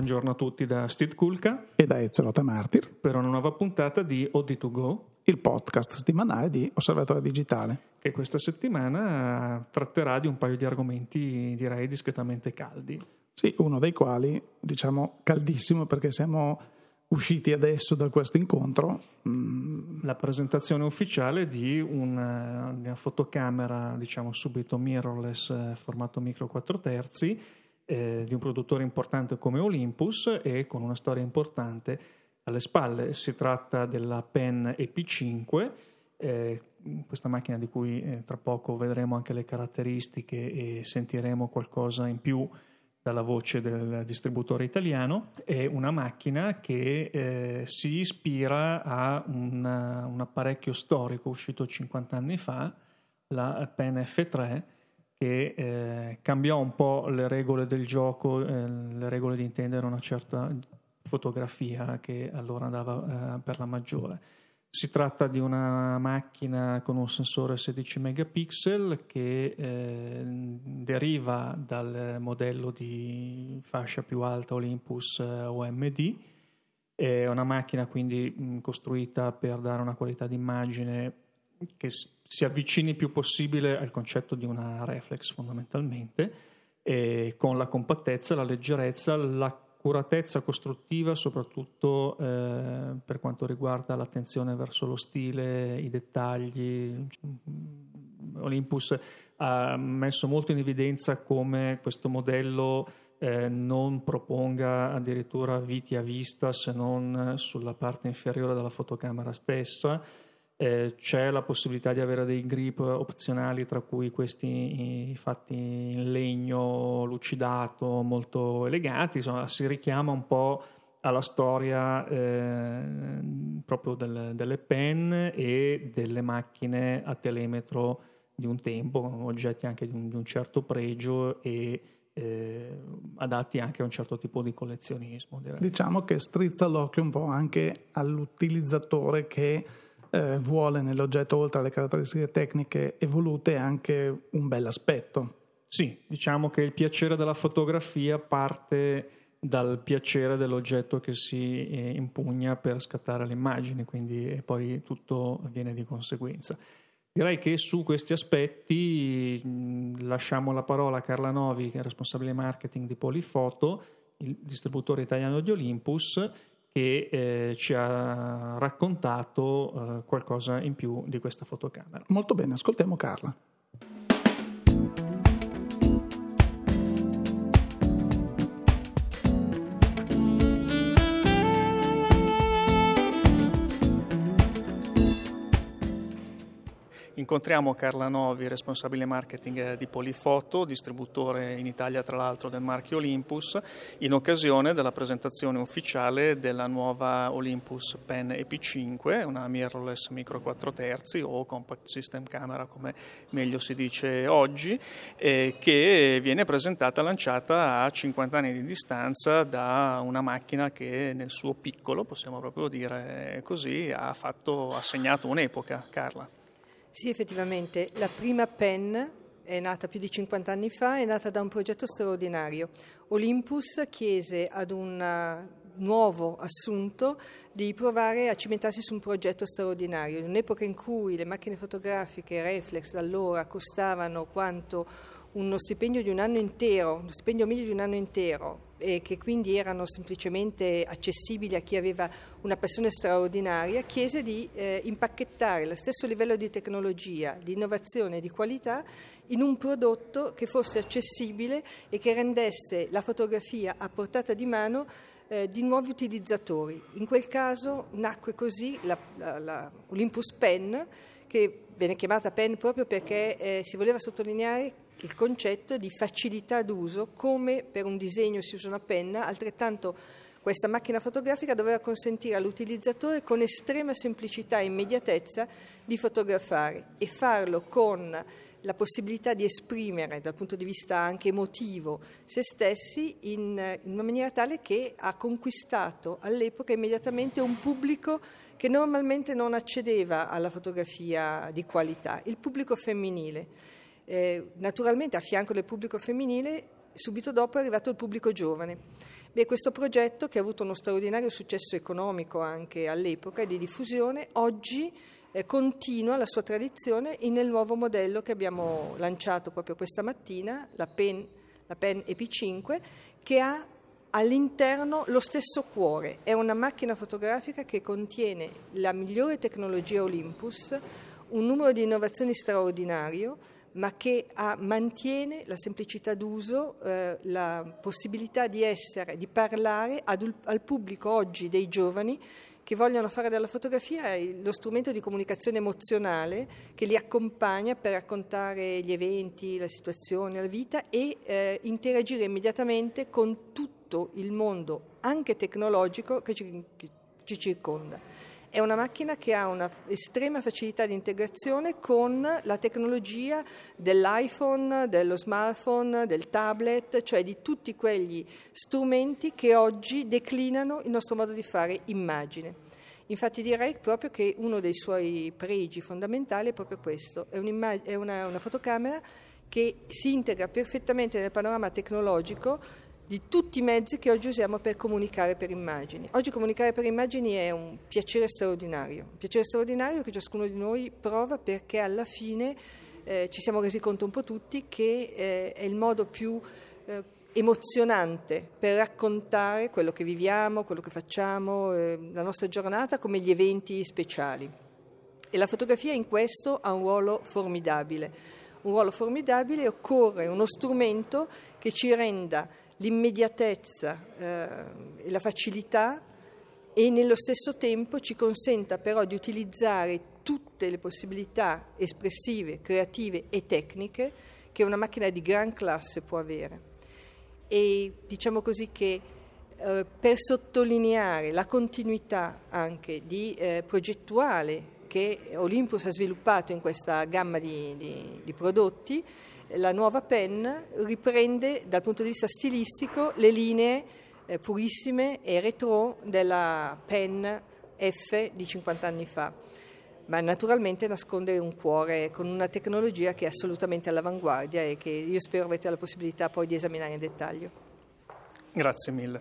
Buongiorno a tutti da Steve Kulka e da Ezio Martir per una nuova puntata di OD2Go, il podcast settimanale di Osservatore Digitale, che questa settimana tratterà di un paio di argomenti, direi, discretamente caldi. Sì, uno dei quali, diciamo, caldissimo perché siamo usciti adesso da questo incontro. La presentazione ufficiale di una fotocamera, diciamo subito mirrorless, formato micro 4 terzi, di un produttore importante come Olympus e con una storia importante alle spalle. Si tratta della Pen EP5, questa macchina di cui tra poco vedremo anche le caratteristiche e sentiremo qualcosa in più dalla voce del distributore italiano. È una macchina che si ispira a un apparecchio storico uscito 50 anni fa, la Pen F3, che cambiò un po' le regole del gioco, le regole di intendere una certa fotografia che allora andava per la maggiore. Si tratta di una macchina con un sensore 16 megapixel che deriva dal modello di fascia più alta Olympus OMD. È una macchina quindi costruita per dare una qualità d'immagine che si avvicini il più possibile al concetto di una reflex fondamentalmente, e con la compattezza, la leggerezza, l'accuratezza costruttiva, soprattutto per quanto riguarda l'attenzione verso lo stile, i dettagli. Olympus ha messo molto in evidenza come questo modello non proponga addirittura viti a vista se non sulla parte inferiore della fotocamera stessa. C'è la possibilità di avere dei grip opzionali, tra cui questi fatti in legno lucidato, molto eleganti. Insomma, si richiama un po' alla storia proprio delle pen e delle macchine a telemetro di un tempo, oggetti anche di un certo pregio e adatti anche a un certo tipo di collezionismo, direi. Diciamo che strizza l'occhio un po' anche all'utilizzatore che vuole nell'oggetto, oltre alle caratteristiche tecniche evolute, anche un bel aspetto. Sì, diciamo che il piacere della fotografia parte dal piacere dell'oggetto che si impugna per scattare le immagini, quindi poi tutto viene di conseguenza. Direi che su questi aspetti lasciamo la parola a Carla Novi, che è responsabile marketing di Polyfoto, il distributore italiano di Olympus, che ci ha raccontato qualcosa in più di questa fotocamera. Molto bene, ascoltiamo Carla. Incontriamo Carla Novi, responsabile marketing di Polyfoto, distributore in Italia tra l'altro del marchio Olympus, in occasione della presentazione ufficiale della nuova Olympus Pen EP5, una mirrorless micro 4 terzi o compact system camera come meglio si dice oggi, che viene presentata, lanciata a 50 anni di distanza da una macchina che nel suo piccolo, possiamo proprio dire così, ha segnato un'epoca. Carla. Sì, effettivamente, la prima Pen è nata più di 50 anni fa, è nata da un progetto straordinario. Olympus chiese ad un nuovo assunto di provare a cimentarsi su un progetto straordinario. In un'epoca in cui le macchine fotografiche reflex allora costavano quanto uno stipendio di un anno intero, uno stipendio medio di un anno intero, e che quindi erano semplicemente accessibili a chi aveva una passione straordinaria, chiese di impacchettare lo stesso livello di tecnologia, di innovazione e di qualità in un prodotto che fosse accessibile e che rendesse la fotografia a portata di mano di nuovi utilizzatori. In quel caso nacque così la Olympus Pen, che viene chiamata Pen proprio perché si voleva sottolineare il concetto di facilità d'uso. Come per un disegno si usa una penna, altrettanto questa macchina fotografica doveva consentire all'utilizzatore con estrema semplicità e immediatezza di fotografare e farlo con la possibilità di esprimere dal punto di vista anche emotivo se stessi in una maniera tale che ha conquistato all'epoca immediatamente un pubblico che normalmente non accedeva alla fotografia di qualità, il pubblico femminile. Naturalmente a fianco del pubblico femminile subito dopo è arrivato il pubblico giovane. Questo progetto, che ha avuto uno straordinario successo economico anche all'epoca e di diffusione, oggi continua la sua tradizione nel nuovo modello che abbiamo lanciato proprio questa mattina, la Pen EP5, che ha all'interno lo stesso cuore. È una macchina fotografica che contiene la migliore tecnologia Olympus, un numero di innovazioni straordinario, ma che mantiene la semplicità d'uso, la possibilità di parlare al pubblico oggi dei giovani che vogliono fare della fotografia lo strumento di comunicazione emozionale che li accompagna per raccontare gli eventi, le situazioni, la vita e interagire immediatamente con tutto il mondo, anche tecnologico, che ci circonda. È una macchina che ha una estrema facilità di integrazione con la tecnologia dell'iPhone, dello smartphone, del tablet, cioè di tutti quegli strumenti che oggi declinano il nostro modo di fare immagine. Infatti direi proprio che uno dei suoi pregi fondamentali è proprio questo, è una fotocamera che si integra perfettamente nel panorama tecnologico di tutti i mezzi che oggi usiamo per comunicare per immagini. Oggi comunicare per immagini è un piacere straordinario che ciascuno di noi prova, perché alla fine ci siamo resi conto un po' tutti che è il modo più emozionante per raccontare quello che viviamo, quello che facciamo, la nostra giornata, come gli eventi speciali. E la fotografia in questo ha un ruolo formidabile. Occorre uno strumento che ci renda l'immediatezza e la facilità e nello stesso tempo ci consenta però di utilizzare tutte le possibilità espressive, creative e tecniche che una macchina di gran classe può avere. E diciamo così che per sottolineare la continuità anche di progettuale che Olympus ha sviluppato in questa gamma di prodotti, la nuova Pen riprende dal punto di vista stilistico le linee purissime e retro della Pen F di 50 anni fa, ma naturalmente nasconde un cuore con una tecnologia che è assolutamente all'avanguardia e che io spero avete la possibilità poi di esaminare in dettaglio. Grazie mille.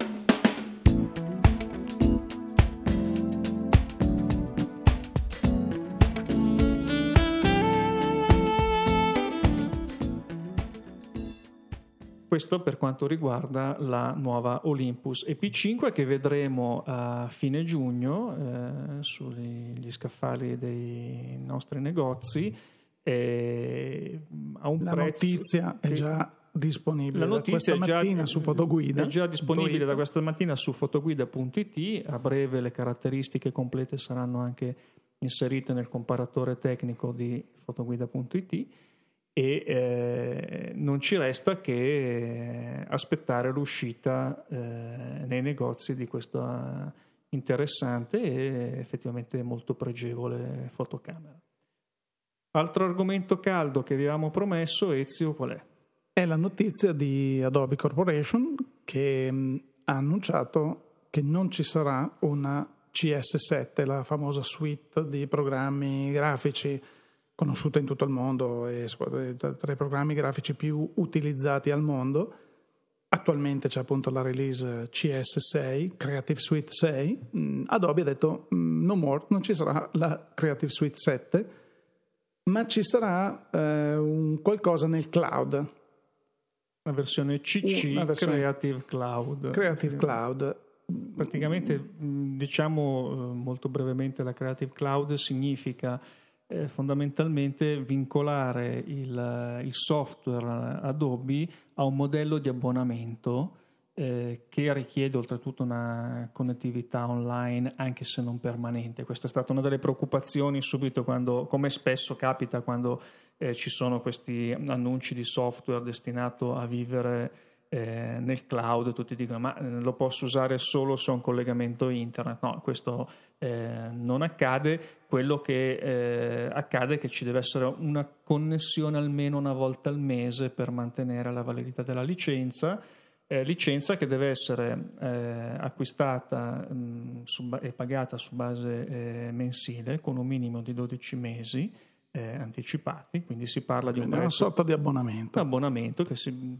Questo per quanto riguarda la nuova Olympus EP5 che vedremo a fine giugno sugli scaffali dei nostri negozi. A un la prezzo notizia è già disponibile da questa mattina su Fotoguida. È già disponibile da questa mattina su fotoguida.it. A breve le caratteristiche complete saranno anche inserite nel comparatore tecnico di fotoguida.it. E non ci resta che aspettare l'uscita nei negozi di questa interessante e effettivamente molto pregevole fotocamera. Altro argomento caldo che avevamo promesso, Ezio, qual è? È la notizia di Adobe Corporation che ha annunciato che non ci sarà una CS7, la famosa suite di programmi grafici conosciuta in tutto il mondo e tra i programmi grafici più utilizzati al mondo. Attualmente c'è appunto la release CS6, Creative Suite 6. Adobe ha detto no more, non ci sarà la Creative Suite 7, ma ci sarà qualcosa nel cloud. La versione CC, Creative Cloud. Creative Cloud. Praticamente, diciamo molto brevemente, la Creative Cloud significa fondamentalmente vincolare il software Adobe a un modello di abbonamento che richiede oltretutto una connettività online anche se non permanente. Questa è stata una delle preoccupazioni subito quando, come spesso capita quando ci sono questi annunci di software destinato a vivere nel cloud, tutti dicono ma lo posso usare solo se ho un collegamento internet. No, questo non accade. Quello che accade è che ci deve essere una connessione almeno una volta al mese per mantenere la validità della licenza che deve essere acquistata e pagata su base mensile con un minimo di 12 mesi anticipati, quindi si parla di un prezzo, una sorta di abbonamento. Un abbonamento che si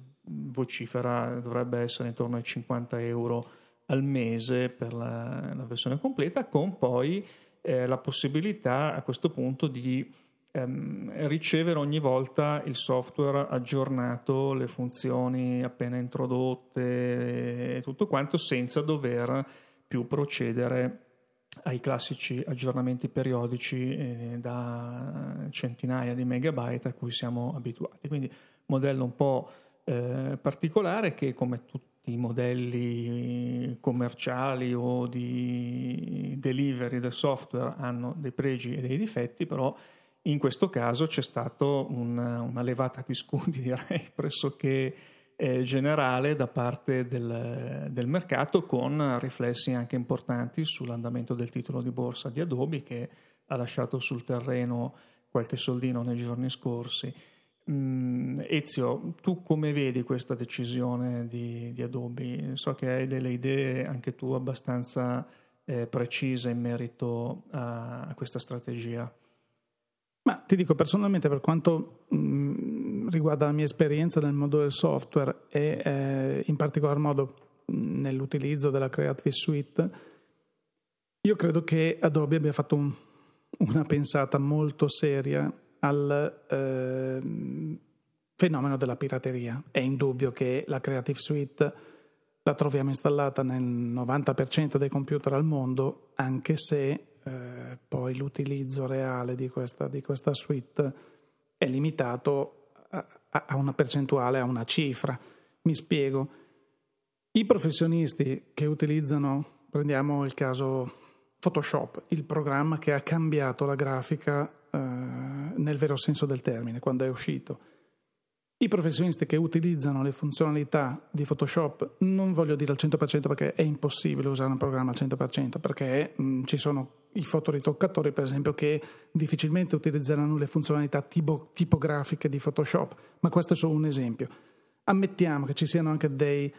vocifera dovrebbe essere intorno ai €50 al mese per la versione completa, con poi la possibilità a questo punto di ricevere ogni volta il software aggiornato, le funzioni appena introdotte e tutto quanto, senza dover più procedere ai classici aggiornamenti periodici da centinaia di megabyte a cui siamo abituati. Quindi modello un po' particolare, che come tutti i modelli commerciali o di delivery del software hanno dei pregi e dei difetti, però in questo caso c'è stato una levata di scudi, direi, pressoché generale da parte del mercato, con riflessi anche importanti sull'andamento del titolo di borsa di Adobe, che ha lasciato sul terreno qualche soldino nei giorni scorsi. Ezio, tu come vedi questa decisione di Adobe? So che hai delle idee anche tu abbastanza precise in merito a questa strategia. Ma ti dico, personalmente, per quanto riguarda la mia esperienza nel mondo del software e in particolar modo nell'utilizzo della Creative Suite, io credo che Adobe abbia fatto una pensata molto seria al fenomeno della pirateria. È indubbio che la Creative Suite la troviamo installata nel 90% dei computer al mondo, anche se poi l'utilizzo reale di questa suite è limitato a una percentuale, a una cifra. Mi spiego. I professionisti che utilizzano, prendiamo il caso Photoshop, il programma che ha cambiato la grafica nel vero senso del termine quando è uscito. I professionisti che utilizzano le funzionalità di Photoshop, non voglio dire al 100% perché è impossibile usare un programma al 100%, perché ci sono i fotoritoccatori, per esempio, che difficilmente utilizzeranno le funzionalità tipografiche di Photoshop, ma questo è solo un esempio. Ammettiamo che ci siano anche dei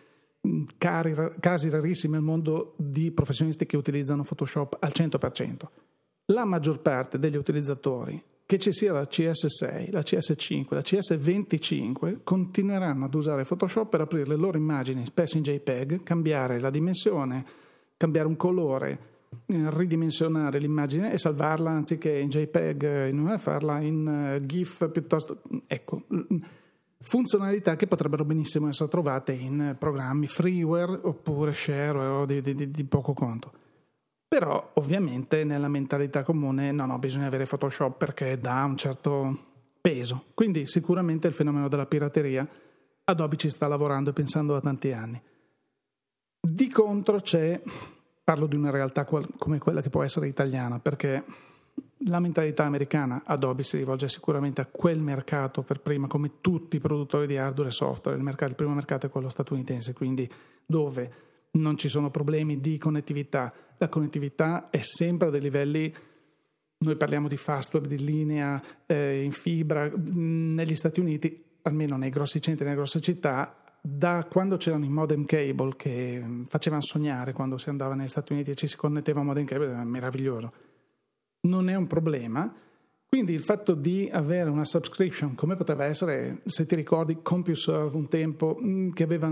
casi rarissimi al mondo di professionisti che utilizzano Photoshop al 100%. La maggior parte degli utilizzatori, che ci sia la CS6, la CS5, la CS25, continueranno ad usare Photoshop per aprire le loro immagini, spesso in JPEG, cambiare la dimensione, cambiare un colore, ridimensionare l'immagine e salvarla anziché in JPEG, farla in GIF piuttosto. Ecco, funzionalità che potrebbero benissimo essere trovate in programmi freeware oppure shareware o di poco conto. Però ovviamente nella mentalità comune no, bisogna avere Photoshop perché dà un certo peso. Quindi sicuramente il fenomeno della pirateria Adobe ci sta lavorando e pensando da tanti anni. Di contro parlo di una realtà come quella che può essere italiana, perché la mentalità americana, Adobe si rivolge sicuramente a quel mercato per prima, come tutti i produttori di hardware e software. Il primo mercato è quello statunitense, quindi dove non ci sono problemi di connettività. La connettività è sempre a dei livelli, noi parliamo di fast web, di linea, in fibra. Negli Stati Uniti, almeno nei grossi centri, nelle grosse città, da quando c'erano i modem cable che facevano sognare quando si andava negli Stati Uniti e ci si connetteva a modem cable, era meraviglioso. Non è un problema. Quindi il fatto di avere una subscription, come poteva essere, se ti ricordi, CompuServe un tempo, che aveva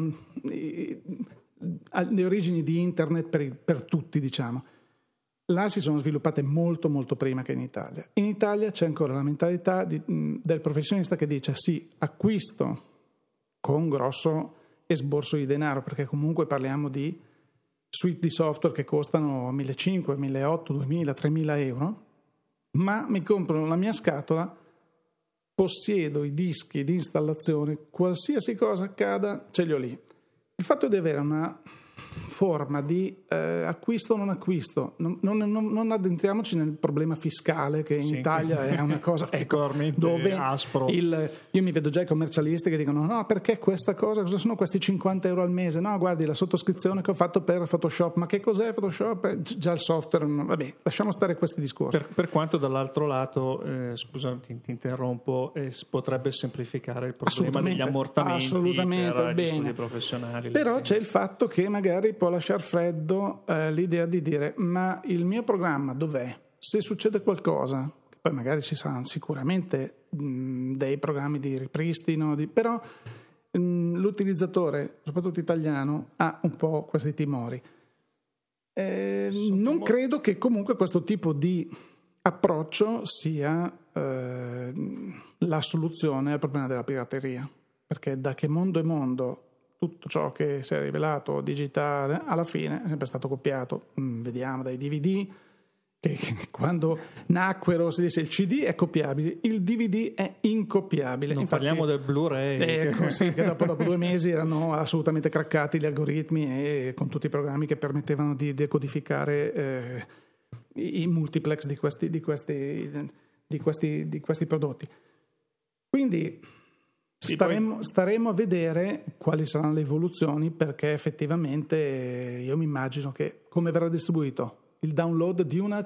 le origini di internet per tutti, diciamo. Là si sono sviluppate molto molto prima che in Italia. In Italia c'è ancora la mentalità del professionista che dice sì, acquisto con grosso esborso di denaro, perché comunque parliamo di suite di software che costano 1.500, 1.800, 2.000, 3.000 euro, ma mi compro la mia scatola, possiedo i dischi di installazione, qualsiasi cosa accada ce li ho lì. Il fatto di avere una forma di acquisto o non acquisto, non addentriamoci nel problema fiscale che in Italia è una cosa dove aspro. Io mi vedo già i commercialisti che dicono no, perché questa cosa sono questi 50 euro al mese? No, guardi la sottoscrizione che ho fatto per Photoshop, ma che cos'è Photoshop? Già il software, vabbè, lasciamo stare questi discorsi. Per quanto dall'altro lato, scusa ti interrompo, potrebbe semplificare il problema degli ammortamenti per gli studi professionali. Però c'è il fatto che magari può lasciar freddo l'idea di dire ma il mio programma dov'è? Se succede qualcosa, poi magari ci saranno sicuramente dei programmi di ripristino, però l'utilizzatore, soprattutto italiano, ha un po' questi timori. Non credo che comunque questo tipo di approccio sia la soluzione al problema della pirateria, perché da che mondo è mondo tutto ciò che si è rivelato digitale alla fine è sempre stato copiato. Vediamo dai DVD che quando nacquero si disse il CD è copiabile, il DVD è incopiabile. Non Infatti, parliamo del Blu-ray. Ecco, sì, che dopo 2 mesi erano assolutamente craccati gli algoritmi e con tutti i programmi che permettevano di decodificare i multiplex di questi prodotti. Quindi staremo a vedere quali saranno le evoluzioni, perché effettivamente io mi immagino che come verrà distribuito il download di una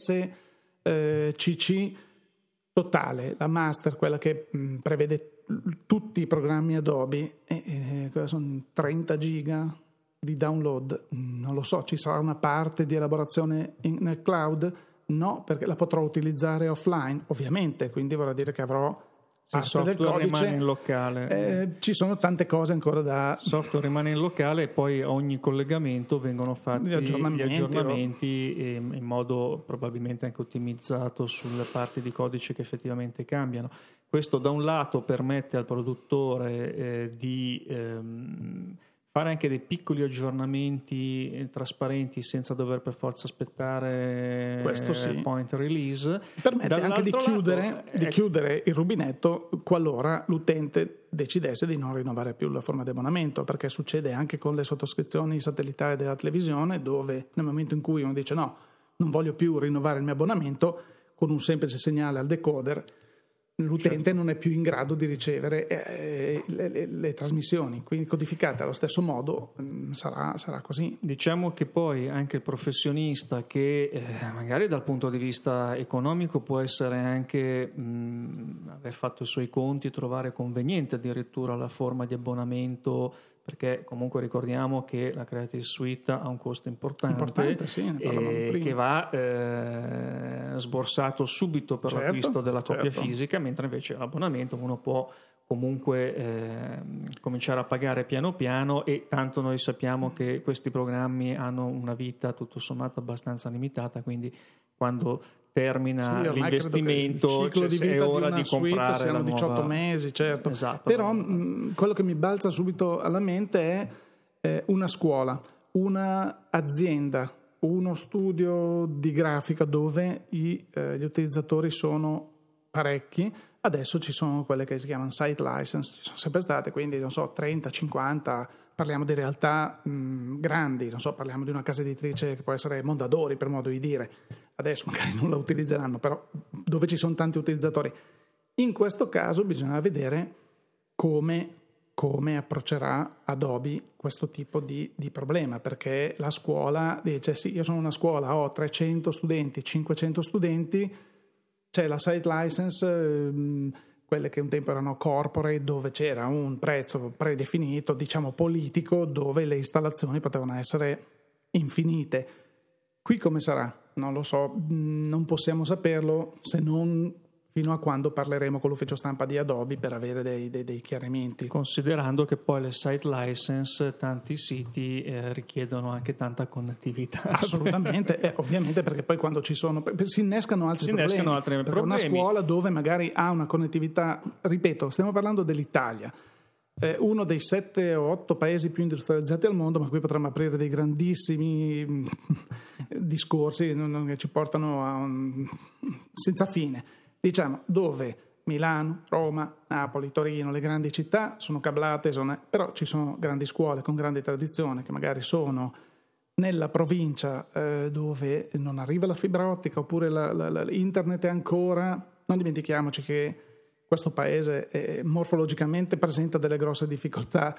CC totale, la master, quella che prevede tutti i programmi Adobe, sono 30 giga di download. Non lo so, ci sarà una parte di elaborazione nel cloud? No, perché la potrò utilizzare offline, ovviamente, quindi vorrà dire che avrò parte del codice rimane in locale. Ci sono tante cose ancora da... Il software rimane in locale e poi a ogni collegamento vengono fatti gli aggiornamenti in modo probabilmente anche ottimizzato sulle parti di codice che effettivamente cambiano. Questo da un lato permette al produttore di fare anche dei piccoli aggiornamenti trasparenti senza dover per forza aspettare point release. Permette anche di chiudere il rubinetto qualora l'utente decidesse di non rinnovare più la forma di abbonamento, perché succede anche con le sottoscrizioni satellitari della televisione, dove nel momento in cui uno dice no, non voglio più rinnovare il mio abbonamento, con un semplice segnale al decoder l'utente non è più in grado di ricevere le trasmissioni, quindi codificate allo stesso modo sarà così. Diciamo che poi anche il professionista che magari dal punto di vista economico può essere anche aver fatto i suoi conti, trovare conveniente addirittura la forma di abbonamento, perché comunque ricordiamo che la Creative Suite ha un costo importante sì, ne parlavamo prima, che va sborsato subito per l'acquisto della copia fisica, mentre invece l'abbonamento uno può comunque cominciare a pagare piano piano, e tanto noi sappiamo che questi programmi hanno una vita tutto sommato abbastanza limitata, quindi quando termina l'investimento è ora di comprare siano la 18 nuova... mesi, certo. Esatto. Però quello che mi balza subito alla mente è una scuola, una azienda, uno studio di grafica dove gli utilizzatori sono parecchi. Adesso ci sono quelle che si chiamano site license, ci sono sempre state, quindi non so, 30, 50, parliamo di realtà grandi, non so, parliamo di una casa editrice che può essere Mondadori, per modo di dire. Adesso magari non la utilizzeranno, però dove ci sono tanti utilizzatori. In questo caso bisogna vedere come approccerà Adobe questo tipo di problema, perché la scuola dice sì, io sono una scuola, ho 300 studenti, 500 studenti, c'è la site license, quelle che un tempo erano corporate, dove c'era un prezzo predefinito, diciamo politico, dove le installazioni potevano essere infinite. Qui come sarà? Non lo so, non possiamo saperlo se non fino a quando parleremo con l'ufficio stampa di Adobe per avere dei chiarimenti. Considerando che poi le site license, tanti siti richiedono anche tanta connettività. Assolutamente, ovviamente, perché poi quando ci sono si innescano altri problemi. Per una scuola dove magari ha una connettività, ripeto, stiamo parlando dell'Italia, uno dei 7 o 8 paesi più industrializzati al mondo, ma qui potremmo aprire dei grandissimi discorsi che ci portano senza fine. Diciamo, dove Milano, Roma, Napoli, Torino, le grandi città sono cablate, però ci sono grandi scuole con grande tradizione che magari sono nella provincia dove non arriva la fibra ottica, oppure internet è ancora... Non dimentichiamoci che questo paese morfologicamente presenta delle grosse difficoltà.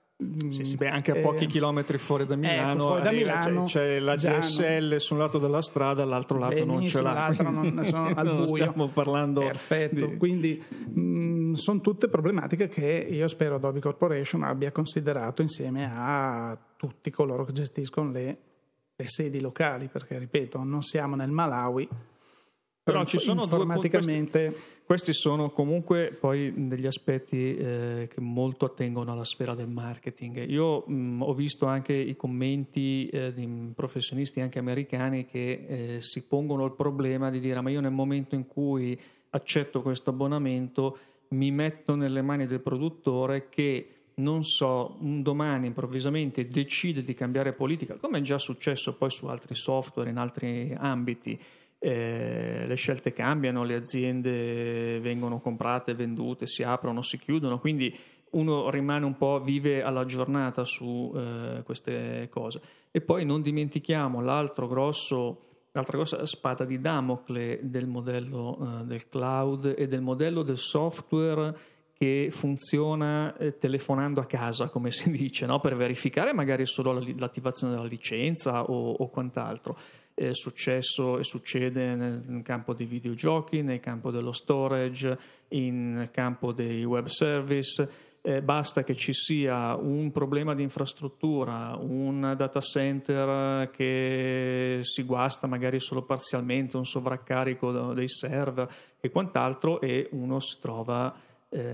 Sì, anche a pochi chilometri fuori da Milano, c'è la DSL su un lato della strada, all'altro lato non ce l'ha. L'altro non sono al buio. Stiamo parlando. Perfetto. Quindi sono tutte problematiche che io spero Adobe Corporation abbia considerato insieme a tutti coloro che gestiscono le sedi locali, perché ripeto, non siamo nel Malawi Però ci sono informaticamente. Questi sono comunque poi degli aspetti che molto attengono alla sfera del marketing. Io ho visto anche i commenti di professionisti anche americani che si pongono il problema di dire: ma io nel momento in cui accetto questo abbonamento mi metto nelle mani del produttore che, non so, un domani improvvisamente decide di cambiare politica, come è già successo poi su altri software in altri ambiti. Le scelte cambiano, le aziende vengono comprate, vendute, si aprono, si chiudono, quindi uno rimane un po', vive alla giornata su queste cose. E poi non dimentichiamo l'altra grossa spada di Damocle del modello del cloud e del modello del software che funziona telefonando a casa, come si dice, no? Per verificare magari solo l'attivazione della licenza o quant'altro. È successo e succede nel campo dei videogiochi, nel campo dello storage, nel campo dei web service. Basta che ci sia un problema di infrastruttura, un data center che si guasta magari solo parzialmente, un sovraccarico dei server e quant'altro, e uno si trova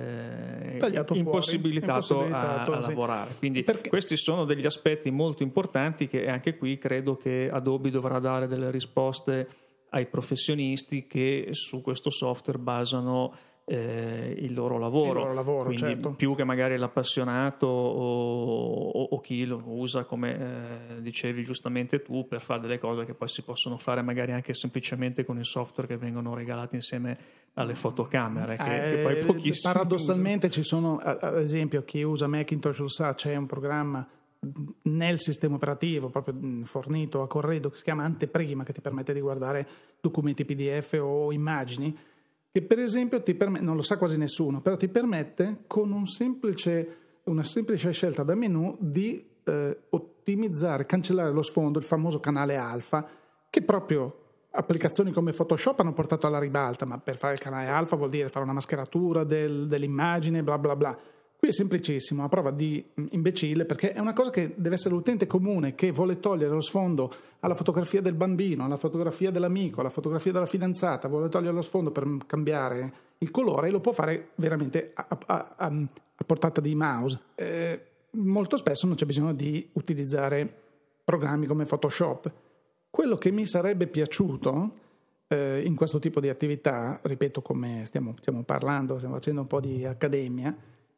impossibilitato a lavorare. Quindi questi sono degli aspetti molto importanti che anche qui credo che Adobe dovrà dare delle risposte ai professionisti che su questo software basano il loro lavoro. Quindi certo. Più che magari l'appassionato o chi lo usa, come dicevi giustamente tu, per fare delle cose che poi si possono fare magari anche semplicemente con il software che vengono regalati insieme alle fotocamere, che poi pochissimi paradossalmente usano. Ci sono, ad esempio, chi usa Macintosh lo sa, c'è un programma nel sistema operativo proprio fornito a corredo che si chiama Anteprima, che ti permette di guardare documenti PDF o immagini, che per esempio ti permette, non lo sa quasi nessuno, però ti permette con una semplice scelta da menu di ottimizzare, cancellare lo sfondo, il famoso canale alfa, che proprio applicazioni come Photoshop hanno portato alla ribalta, ma per fare il canale alfa vuol dire fare una mascheratura dell'immagine, bla bla bla. Qui è semplicissimo, a prova di imbecille, perché è una cosa che deve essere l'utente comune che vuole togliere lo sfondo alla fotografia del bambino, alla fotografia dell'amico, alla fotografia della fidanzata, vuole togliere lo sfondo per cambiare il colore, e lo può fare veramente a portata di mouse. Molto spesso non c'è bisogno di utilizzare programmi come Photoshop. Quello che mi sarebbe piaciuto in questo tipo di attività, ripeto, come stiamo parlando, stiamo facendo un po' di accademia,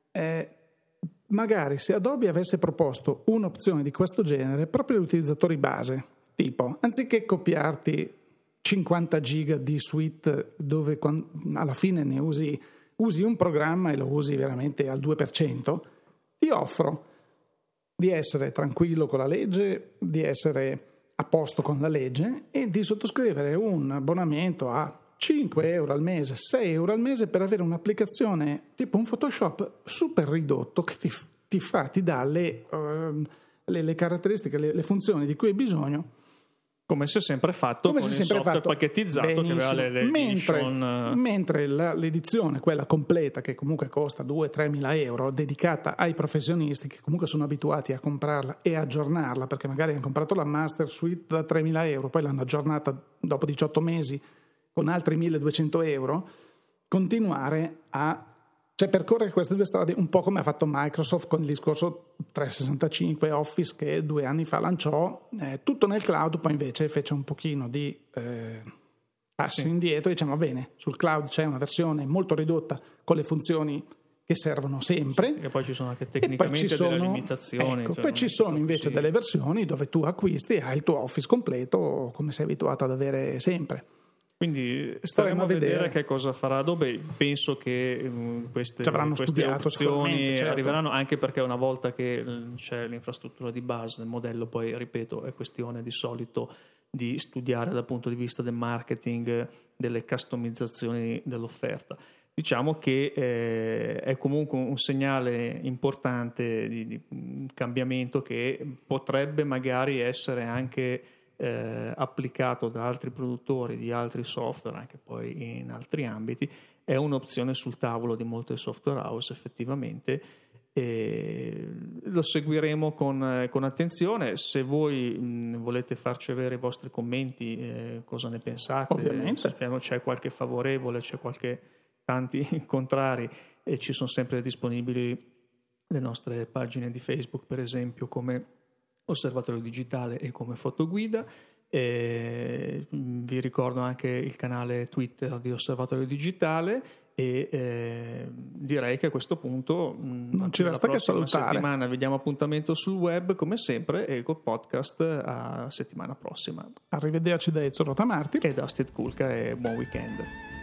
magari se Adobe avesse proposto un'opzione di questo genere proprio agli utilizzatori base, tipo anziché copiarti 50 giga di suite dove alla fine ne usi un programma e lo usi veramente al 2%, ti offro di essere tranquillo con la legge, di essere a posto con la legge e di sottoscrivere un abbonamento a 5 euro al mese, 6 euro al mese per avere un'applicazione tipo un Photoshop super ridotto che ti dà le caratteristiche, le funzioni di cui hai bisogno. Come si è sempre fatto con il software pacchettizzato, benissimo, che aveva le edition. Mentre l'edizione, quella completa, che comunque costa 2-3 mila euro, dedicata ai professionisti che comunque sono abituati a comprarla e aggiornarla, perché magari hanno comprato la Master Suite da 3 mila euro, poi l'hanno aggiornata dopo 18 mesi con altri 1.200 euro, continuare percorrere queste due strade, un po' come ha fatto Microsoft con il discorso 365 Office che 2 anni fa lanciò, tutto nel cloud, poi invece fece un pochino di passi indietro e diciamo: va bene, sul cloud c'è una versione molto ridotta con le funzioni che servono sempre, e poi ci sono anche tecnicamente delle limitazioni, poi ci sono invece delle versioni dove tu acquisti e hai il tuo Office completo come sei abituato ad avere sempre. Quindi staremo a vedere che cosa farà Adobe. Penso che queste opzioni arriveranno, anche perché una volta che c'è l'infrastruttura di base, il modello poi, ripeto, è questione di solito di studiare dal punto di vista del marketing, delle customizzazioni dell'offerta. Diciamo che è comunque un segnale importante di cambiamento che potrebbe magari essere anche applicato da altri produttori di altri software, anche poi in altri ambiti. È un'opzione sul tavolo di molte software house effettivamente, e lo seguiremo con attenzione. Se voi volete farci avere i vostri commenti, cosa ne pensate, ovviamente sappiamo c'è qualche favorevole, c'è tanti contrari, e ci sono sempre disponibili le nostre pagine di Facebook, per esempio, come Osservatorio Digitale e come Fotoguida. Vi ricordo anche il canale Twitter di Osservatorio Digitale, e direi che a questo punto non ci resta che salutare. Settimana vi diamo appuntamento sul web come sempre, e col podcast a settimana prossima. Arrivederci da Ezio Rotamartir e da Steve Kulka, e buon weekend.